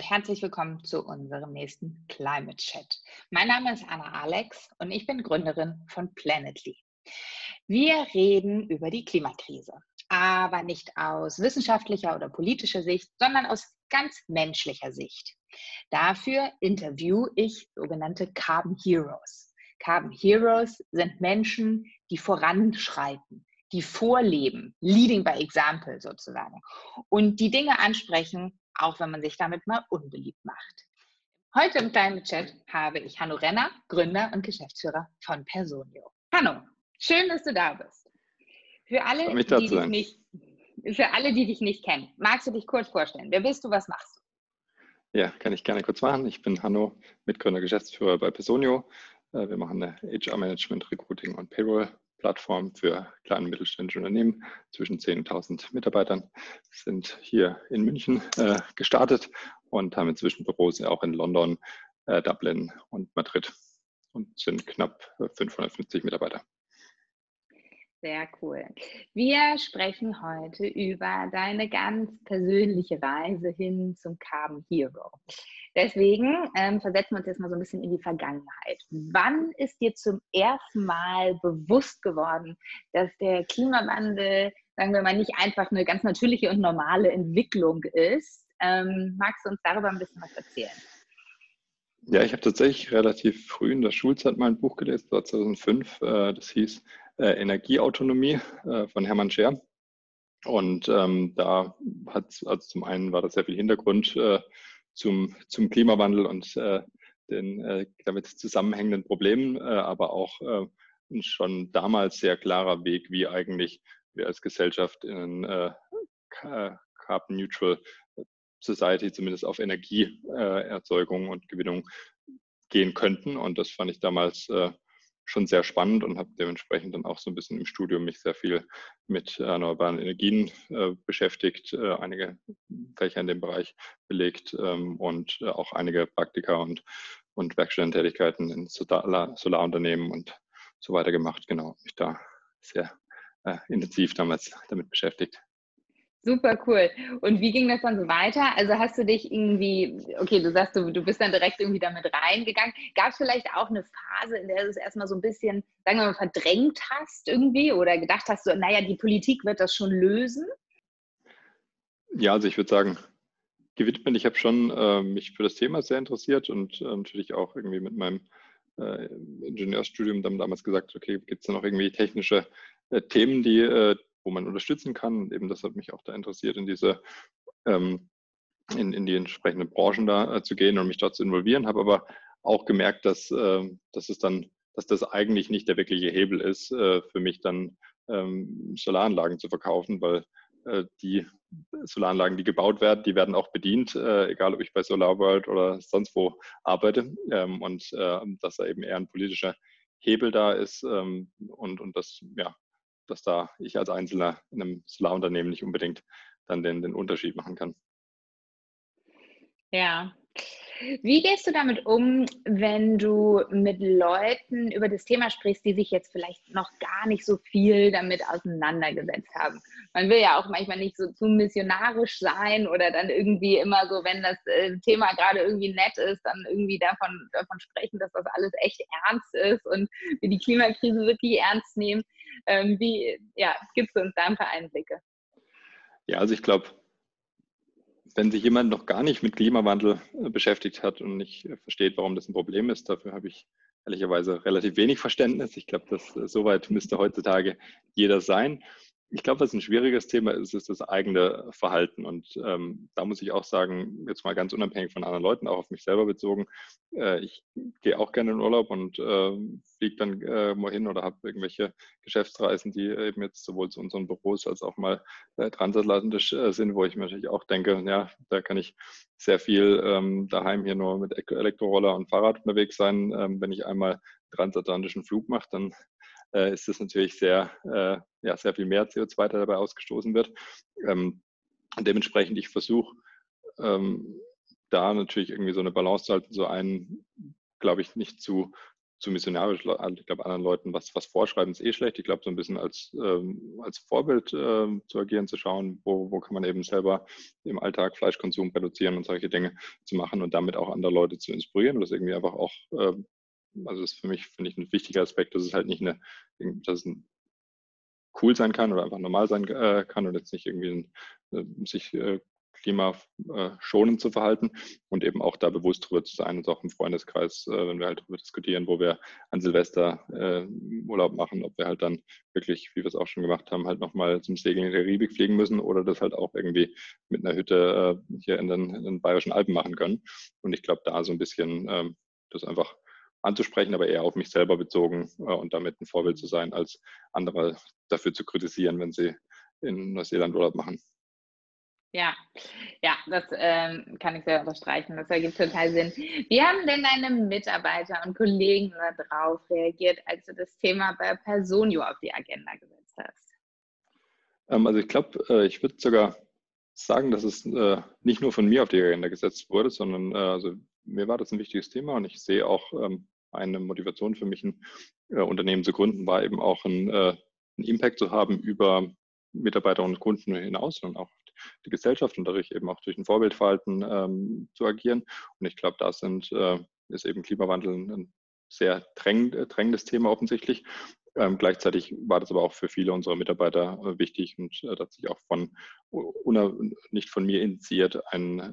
herzlich willkommen zu unserem nächsten Climate Chat. Mein Name ist Anna Alex und ich bin Gründerin von Planetly. Wir reden über die Klimakrise, aber nicht aus wissenschaftlicher oder politischer Sicht, sondern aus ganz menschlicher Sicht. Dafür interviewe ich sogenannte Carbon Heroes. Carbon Heroes sind Menschen, die voranschreiten, die vorleben, leading by example sozusagen, und die Dinge ansprechen, auch wenn man sich damit mal unbeliebt macht. Heute im Climate Chat habe ich Hanno Renner, Gründer und Geschäftsführer von Personio. Hanno, schön, dass du da bist. Für Freut alle, mich, da die zu dich sein. nicht kennen, magst du dich kurz vorstellen? Wer bist du, was machst du? Ja, kann ich gerne kurz machen. Ich bin Hanno, Mitgründer, Geschäftsführer bei Personio. Wir machen eine HR-Management, Recruiting und Payroll-Plattform für kleine und mittelständische Unternehmen zwischen 10 und 1000 Mitarbeitern. Wir sind hier in München gestartet und haben inzwischen Büros auch in London, Dublin und Madrid und sind knapp 550 Mitarbeiter. Sehr cool. Wir sprechen heute über deine ganz persönliche Reise hin zum Carbon Hero. Deswegen versetzen wir uns jetzt mal so ein bisschen in die Vergangenheit. Wann ist dir zum ersten Mal bewusst geworden, dass der Klimawandel, sagen wir mal, nicht einfach eine ganz natürliche und normale Entwicklung ist? Magst du uns darüber ein bisschen was erzählen? Ja, ich habe tatsächlich relativ früh in der Schulzeit mal ein Buch gelesen, 2005, das hieß Energieautonomie von Hermann Scher. Und da hat, also zum einen war das sehr viel Hintergrund zum Klimawandel und den damit zusammenhängenden Problemen, aber auch ein schon damals sehr klarer Weg, wie eigentlich wir als Gesellschaft in Carbon Neutral Society, zumindest auf Energieerzeugung und Gewinnung gehen könnten. Und das fand ich damals schon sehr spannend und habe dementsprechend dann auch so ein bisschen im Studium mich sehr viel mit erneuerbaren Energien beschäftigt, einige Fächer in dem Bereich belegt und auch einige Praktika und Werkstudententätigkeiten in Solarunternehmen und so weiter gemacht. Genau, mich da sehr intensiv damals damit beschäftigt. Super cool. Und wie ging das dann so weiter? Also hast du dich irgendwie, okay, du sagst, du bist dann direkt irgendwie damit reingegangen. Gab es vielleicht auch eine Phase, in der du es erstmal so ein bisschen, sagen wir mal, verdrängt hast irgendwie oder gedacht hast, so, naja, die Politik wird das schon lösen? Ja, also ich würde sagen, gewidmet. Ich habe schon mich für das Thema sehr interessiert und natürlich auch irgendwie mit meinem Ingenieurstudium dann damals gesagt, okay, gibt es da noch irgendwie technische Themen, die, wo man unterstützen kann? Und eben das hat mich auch da interessiert, in diese ähm, in die entsprechenden Branchen da zu gehen und mich dort zu involvieren, habe aber auch gemerkt, dass das eigentlich nicht der wirkliche Hebel ist, für mich dann Solaranlagen zu verkaufen, weil die Solaranlagen, die gebaut werden, die werden auch bedient, egal ob ich bei SolarWorld oder sonst wo arbeite. Dass da eben eher ein politischer Hebel da ist und das, ja, dass da ich als Einzelner in einem Solarunternehmen nicht unbedingt dann den Unterschied machen kann. Ja. Wie gehst du damit um, wenn du mit Leuten über das Thema sprichst, die sich jetzt vielleicht noch gar nicht so viel damit auseinandergesetzt haben? Man will ja auch manchmal nicht so zu missionarisch sein oder dann irgendwie immer so, wenn das Thema gerade irgendwie nett ist, dann irgendwie davon sprechen, dass das alles echt ernst ist und wir die Klimakrise wirklich ernst nehmen. Gibst du uns da ein paar Einblicke? Ja, also ich glaube, wenn sich jemand noch gar nicht mit Klimawandel beschäftigt hat und nicht versteht, warum das ein Problem ist, dafür habe ich ehrlicherweise relativ wenig Verständnis. Ich glaube, dass soweit müsste heutzutage jeder sein. Ich glaube, was ein schwieriges Thema ist, ist das eigene Verhalten. Und da muss ich auch sagen, jetzt mal ganz unabhängig von anderen Leuten, auch auf mich selber bezogen, ich gehe auch gerne in Urlaub und fliege dann mal hin oder habe irgendwelche Geschäftsreisen, die eben jetzt sowohl zu unseren Büros als auch mal transatlantisch sind, wo ich mir natürlich auch denke, ja, da kann ich sehr viel daheim hier nur mit Elektroroller und Fahrrad unterwegs sein. Wenn ich einmal transatlantischen Flug mache, dann ist es natürlich sehr viel mehr CO2, der dabei ausgestoßen wird. Dementsprechend, ich versuche da natürlich irgendwie so eine Balance zu halten, so einen, glaube ich, nicht zu zu missionarisch. Ich glaube, anderen Leuten was vorschreiben ist schlecht. Ich glaube, so ein bisschen als Vorbild zu agieren, zu schauen, wo kann man eben selber im Alltag Fleischkonsum reduzieren und solche Dinge zu machen und damit auch andere Leute zu inspirieren und das irgendwie einfach auch, also das ist für mich, finde ich, ein wichtiger Aspekt, dass es halt nicht dass es cool sein kann oder einfach normal sein kann und jetzt nicht irgendwie sich klimaschonend zu verhalten und eben auch da bewusst drüber zu sein und auch im Freundeskreis, wenn wir halt darüber diskutieren, wo wir an Silvester Urlaub machen, ob wir halt dann wirklich, wie wir es auch schon gemacht haben, halt nochmal zum Segeln in der Karibik fliegen müssen oder das halt auch irgendwie mit einer Hütte hier in den Bayerischen Alpen machen können. Und ich glaube, da so ein bisschen das einfach anzusprechen, aber eher auf mich selber bezogen und damit ein Vorbild zu sein, als andere dafür zu kritisieren, wenn sie in Neuseeland Urlaub machen. Ja, ja, das kann ich sehr unterstreichen. Das ergibt total Sinn. Wie haben denn deine Mitarbeiter und Kollegen darauf reagiert, als du das Thema bei Personio auf die Agenda gesetzt hast? Also ich glaube, ich würde sogar sagen, dass es nicht nur von mir auf die Agenda gesetzt wurde, sondern also mir war das ein wichtiges Thema und ich sehe auch eine Motivation für mich, ein Unternehmen zu gründen, war eben auch einen Impact zu haben über Mitarbeiter und Kunden hinaus und auch die Gesellschaft und dadurch eben auch durch ein Vorbildverhalten zu agieren. Und ich glaube, da ist eben Klimawandel ein sehr drängendes Thema offensichtlich. Gleichzeitig war das aber auch für viele unserer Mitarbeiter wichtig und da hat sich auch nicht von mir initiiert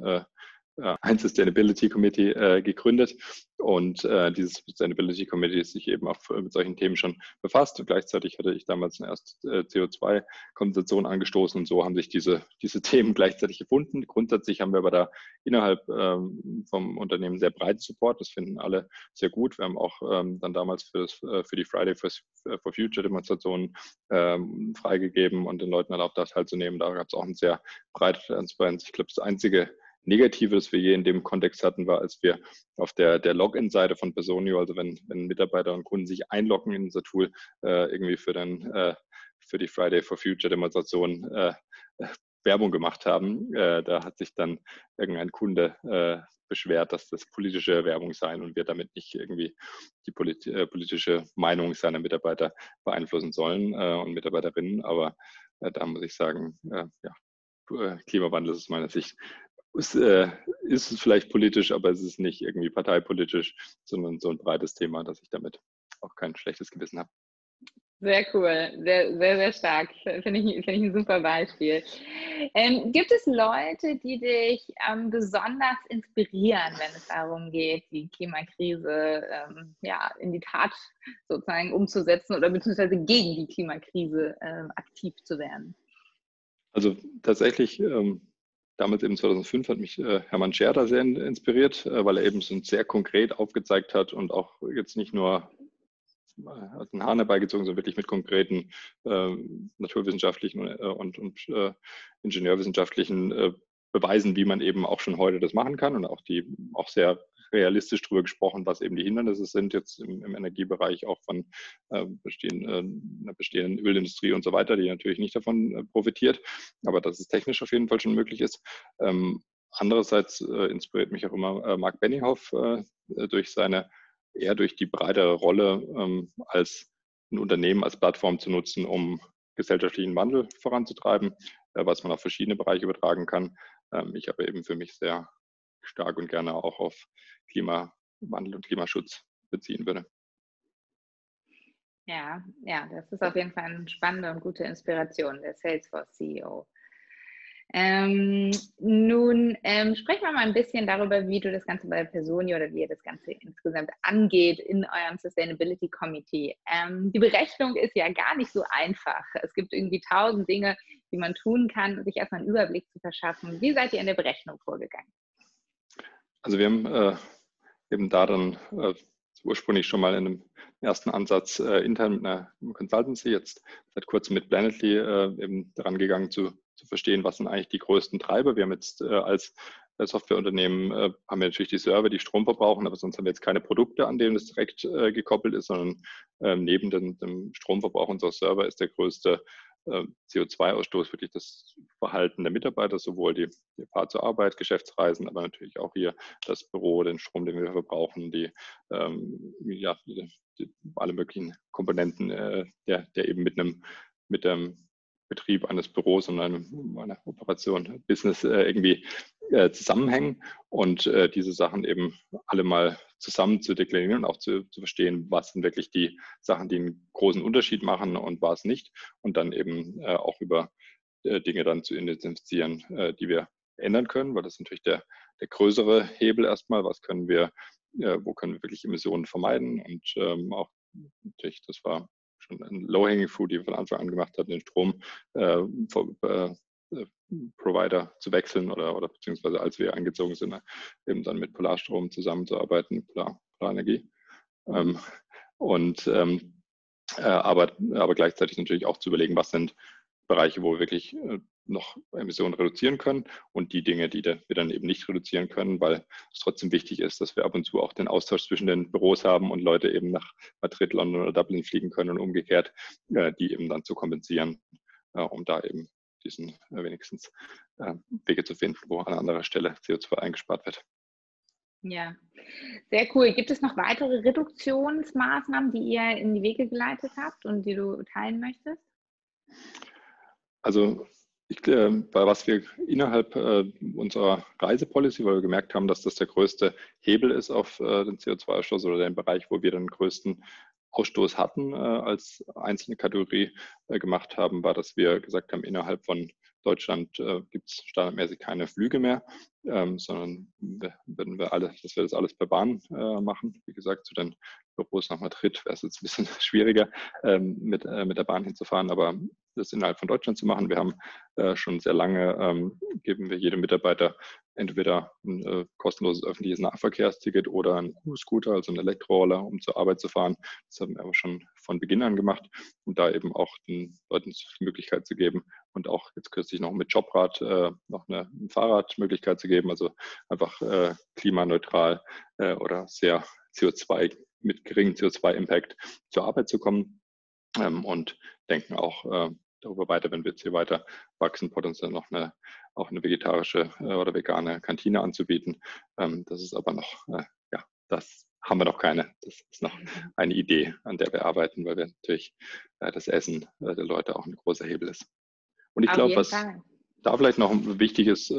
ein Sustainability Committee gegründet und dieses Sustainability Committee ist sich eben auch mit solchen Themen schon befasst. Und gleichzeitig hatte ich damals eine erste CO2-Kompensation angestoßen und so haben sich diese Themen gleichzeitig gefunden. Grundsätzlich haben wir aber da innerhalb vom Unternehmen sehr breiten Support. Das finden alle sehr gut. Wir haben auch dann damals für die Friday for Future Demonstrationen freigegeben und den Leuten erlaubt, da teilzunehmen. Da gab es auch ein sehr breites Transparenz. Ich glaube, das einzige Negative, das wir je in dem Kontext hatten, war, als wir auf der Login-Seite von Personio, also wenn Mitarbeiter und Kunden sich einloggen in unser Tool, irgendwie für die Friday for Future Demonstration Werbung gemacht haben. Da hat sich dann irgendein Kunde beschwert, dass das politische Werbung sei und wir damit nicht irgendwie die politische Meinung seiner Mitarbeiter beeinflussen sollen und Mitarbeiterinnen. Aber da muss ich sagen, Klimawandel ist aus meiner Sicht ist es vielleicht politisch, aber es ist nicht irgendwie parteipolitisch, sondern so ein breites Thema, dass ich damit auch kein schlechtes Gewissen habe. Sehr cool, sehr, sehr, sehr stark. Finde ich ein super Beispiel. Gibt es Leute, die dich besonders inspirieren, wenn es darum geht, die Klimakrise in die Tat sozusagen umzusetzen oder beziehungsweise gegen die Klimakrise aktiv zu werden? Also tatsächlich, damals eben 2005 hat mich Hermann Scher da sehr inspiriert, weil er eben so sehr konkret aufgezeigt hat und auch jetzt nicht nur aus den Haaren herbeigezogen, sondern wirklich mit konkreten naturwissenschaftlichen und ingenieurwissenschaftlichen Beweisen, wie man eben auch schon heute das machen kann und auch sehr realistisch darüber gesprochen, was eben die Hindernisse sind jetzt im Energiebereich auch von einer bestehenden Ölindustrie und so weiter, die natürlich nicht davon profitiert, aber dass es technisch auf jeden Fall schon möglich ist. Andererseits inspiriert mich auch immer Mark Benioff durch die breitere Rolle als ein Unternehmen, als Plattform zu nutzen, um gesellschaftlichen Wandel voranzutreiben, was man auf verschiedene Bereiche übertragen kann. Ich aber eben für mich sehr stark und gerne auch auf Klimawandel und Klimaschutz beziehen würde. Ja, das ist auf jeden Fall eine spannende und gute Inspiration, der Salesforce CEO. Nun sprechen wir mal ein bisschen darüber, wie du das Ganze bei Personio oder wie ihr das Ganze insgesamt angeht in eurem Sustainability Committee. Die Berechnung ist ja gar nicht so einfach. Es gibt irgendwie 1000 Dinge, die man tun kann, um sich erstmal einen Überblick zu verschaffen. Wie seid ihr in der Berechnung vorgegangen? Also wir haben eben da dann ursprünglich schon mal in einem ersten Ansatz intern mit einer Consultancy, jetzt seit kurzem mit Planetly eben daran gegangen zu verstehen, was sind eigentlich die größten Treiber. Wir haben jetzt als Softwareunternehmen haben wir natürlich die Server, die Strom verbrauchen, aber sonst haben wir jetzt keine Produkte, an denen das direkt gekoppelt ist, sondern neben dem Stromverbrauch unserer Server ist der größte CO2-Ausstoß, wirklich das Verhalten der Mitarbeiter, sowohl die Fahrt zur Arbeit, Geschäftsreisen, aber natürlich auch hier das Büro, den Strom, den wir verbrauchen, ja, alle möglichen Komponenten, der eben mit dem Betrieb eines Büros und einer Operation, Business irgendwie zusammenhängen und diese Sachen eben alle mal zusammen zu deklarieren und auch zu verstehen, was sind wirklich die Sachen, die einen großen Unterschied machen und was nicht und dann eben auch über Dinge dann zu identifizieren, die wir ändern können, weil das ist natürlich der größere Hebel erstmal, wo können wir wirklich Emissionen vermeiden und auch natürlich, das war schon ein Low-Hanging Fruit, die wir von Anfang an gemacht haben, den Strom äh, Provider zu wechseln oder beziehungsweise als wir eingezogen sind, eben dann mit Polarstrom zusammenzuarbeiten, Polarenergie. Aber gleichzeitig natürlich auch zu überlegen, was sind Bereiche, wo wir wirklich noch Emissionen reduzieren können und die Dinge, die wir dann eben nicht reduzieren können, weil es trotzdem wichtig ist, dass wir ab und zu auch den Austausch zwischen den Büros haben und Leute eben nach Madrid, London oder Dublin fliegen können und umgekehrt, die eben dann zu kompensieren, um da eben diesen wenigstens Wege zu finden, wo an anderer Stelle CO2 eingespart wird. Ja, sehr cool. Gibt es noch weitere Reduktionsmaßnahmen, die ihr in die Wege geleitet habt und die du teilen möchtest? Also was wir innerhalb unserer Reisepolicy, weil wir gemerkt haben, dass das der größte Hebel ist auf den CO2-Ausstoß oder den Bereich, wo wir den größten Ausstoß hatten als einzelne Kategorie gemacht haben, war, dass wir gesagt haben, innerhalb von Deutschland gibt es standardmäßig keine Flüge mehr, sondern dass wir das alles per Bahn machen. Wie gesagt, zu den Büros nach Madrid wäre es jetzt ein bisschen schwieriger, mit der Bahn hinzufahren, aber das innerhalb von Deutschland zu machen. Wir haben schon sehr lange, geben wir jedem Mitarbeiter entweder ein kostenloses öffentliches Nahverkehrsticket oder einen E-Scooter, also einen Elektroroller, um zur Arbeit zu fahren. Das haben wir aber schon von Beginn an gemacht, um da eben auch den Leuten die Möglichkeit zu geben und auch jetzt kürzlich noch mit Jobrad noch eine Fahrradmöglichkeit zu geben, also einfach klimaneutral oder sehr mit geringem CO2-Impact zur Arbeit zu kommen und denken auch darüber weiter, wenn wir jetzt hier weiter wachsen, potenziell noch auch eine vegetarische oder vegane Kantine anzubieten. Das ist aber noch, ja, das haben wir noch keine. Das ist noch eine Idee, an der wir arbeiten, weil wir natürlich das Essen der Leute auch ein großer Hebel ist. Und ich glaube, was da vielleicht noch wichtig ist,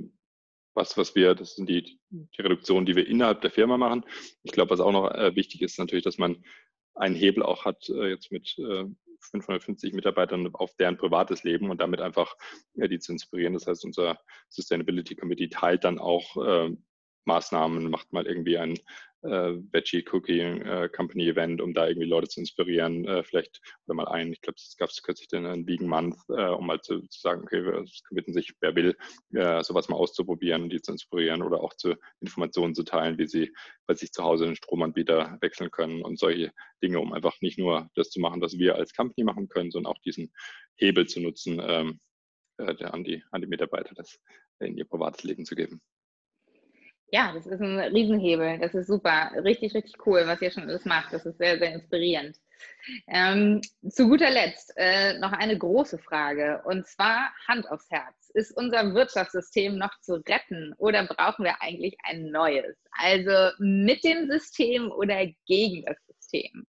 das sind die Reduktionen, die wir innerhalb der Firma machen. Ich glaube, was auch noch wichtig ist, natürlich, dass man einen Hebel auch hat, jetzt mit 550 Mitarbeitern auf deren privates Leben und damit einfach die zu inspirieren. Das heißt, unser Sustainability Committee teilt dann auch Maßnahmen, macht mal irgendwie ein Veggie Cooking Company Event, um da irgendwie Leute zu inspirieren, vielleicht oder mal ich glaube, es gab kürzlich einen Vegan Month, um mal zu sagen, okay, es committen sich, wer will, sowas mal auszuprobieren und die zu inspirieren oder auch zu Informationen zu teilen, wie sie bei sich zu Hause den Stromanbieter wechseln können und solche Dinge, um einfach nicht nur das zu machen, was wir als Company machen können, sondern auch diesen Hebel zu nutzen, an die Mitarbeiter, das in ihr privates Leben zu geben. Ja, das ist ein Riesenhebel. Das ist super. Richtig, richtig cool, was ihr schon alles macht. Das ist sehr, sehr inspirierend. Zu guter Letzt noch eine große Frage, und zwar Hand aufs Herz. Ist unser Wirtschaftssystem noch zu retten oder brauchen wir eigentlich ein neues? Also mit dem System oder gegen das System?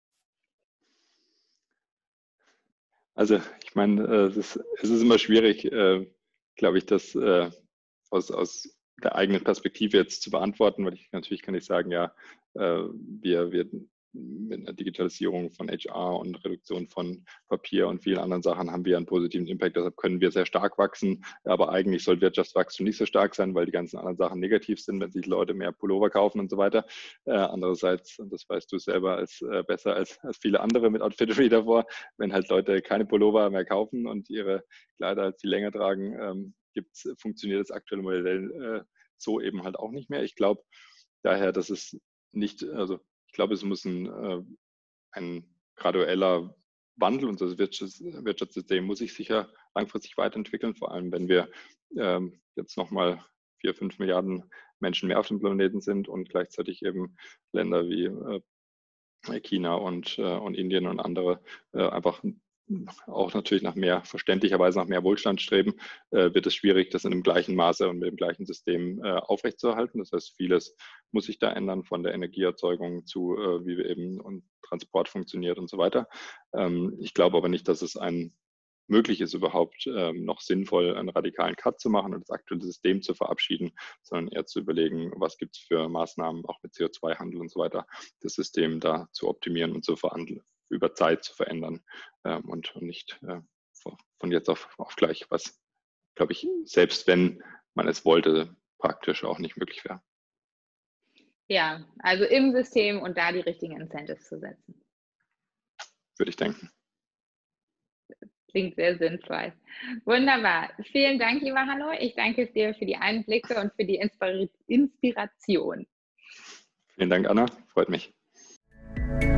Also ich meine, es ist immer schwierig, glaube ich, das aus der eigenen Perspektive jetzt zu beantworten, weil natürlich kann ich sagen, ja, wir mit einer Digitalisierung von HR und Reduktion von Papier und vielen anderen Sachen haben wir einen positiven Impact. Deshalb können wir sehr stark wachsen. Aber eigentlich soll Wirtschaftswachstum nicht so stark sein, weil die ganzen anderen Sachen negativ sind, wenn sich Leute mehr Pullover kaufen und so weiter. Andererseits, und das weißt du selber besser als viele andere mit Outfittery davor, wenn halt Leute keine Pullover mehr kaufen und ihre Kleider als sie länger tragen, funktioniert das aktuelle Modell so eben halt auch nicht mehr. Ich glaube daher, dass es nicht, also ich glaube, es muss ein gradueller Wandel unseres Wirtschaftssystem muss sich sicher langfristig weiterentwickeln, vor allem wenn wir jetzt nochmal 4, 5 Milliarden Menschen mehr auf dem Planeten sind und gleichzeitig eben Länder wie China und Indien und andere einfach auch natürlich verständlicherweise nach mehr Wohlstand streben, wird es schwierig, das in dem gleichen Maße und mit dem gleichen System aufrechtzuerhalten. Das heißt, vieles muss sich da ändern, von der Energieerzeugung zu, wie wir eben und Transport funktioniert und so weiter. Ich glaube aber nicht, dass es möglich ist, überhaupt noch sinnvoll einen radikalen Cut zu machen und das aktuelle System zu verabschieden, sondern eher zu überlegen, was gibt es für Maßnahmen, auch mit CO2-Handel und so weiter, das System da zu optimieren und zu verhandeln, über Zeit zu verändern und nicht von jetzt auf gleich, was, glaube ich, selbst wenn man es wollte, praktisch auch nicht möglich wäre. Ja, also im System und da die richtigen Incentives zu setzen. Würde ich denken. Klingt sehr sinnvoll. Wunderbar. Vielen Dank, lieber Hanno. Ich danke dir für die Einblicke und für die Inspiration. Vielen Dank, Anna. Freut mich.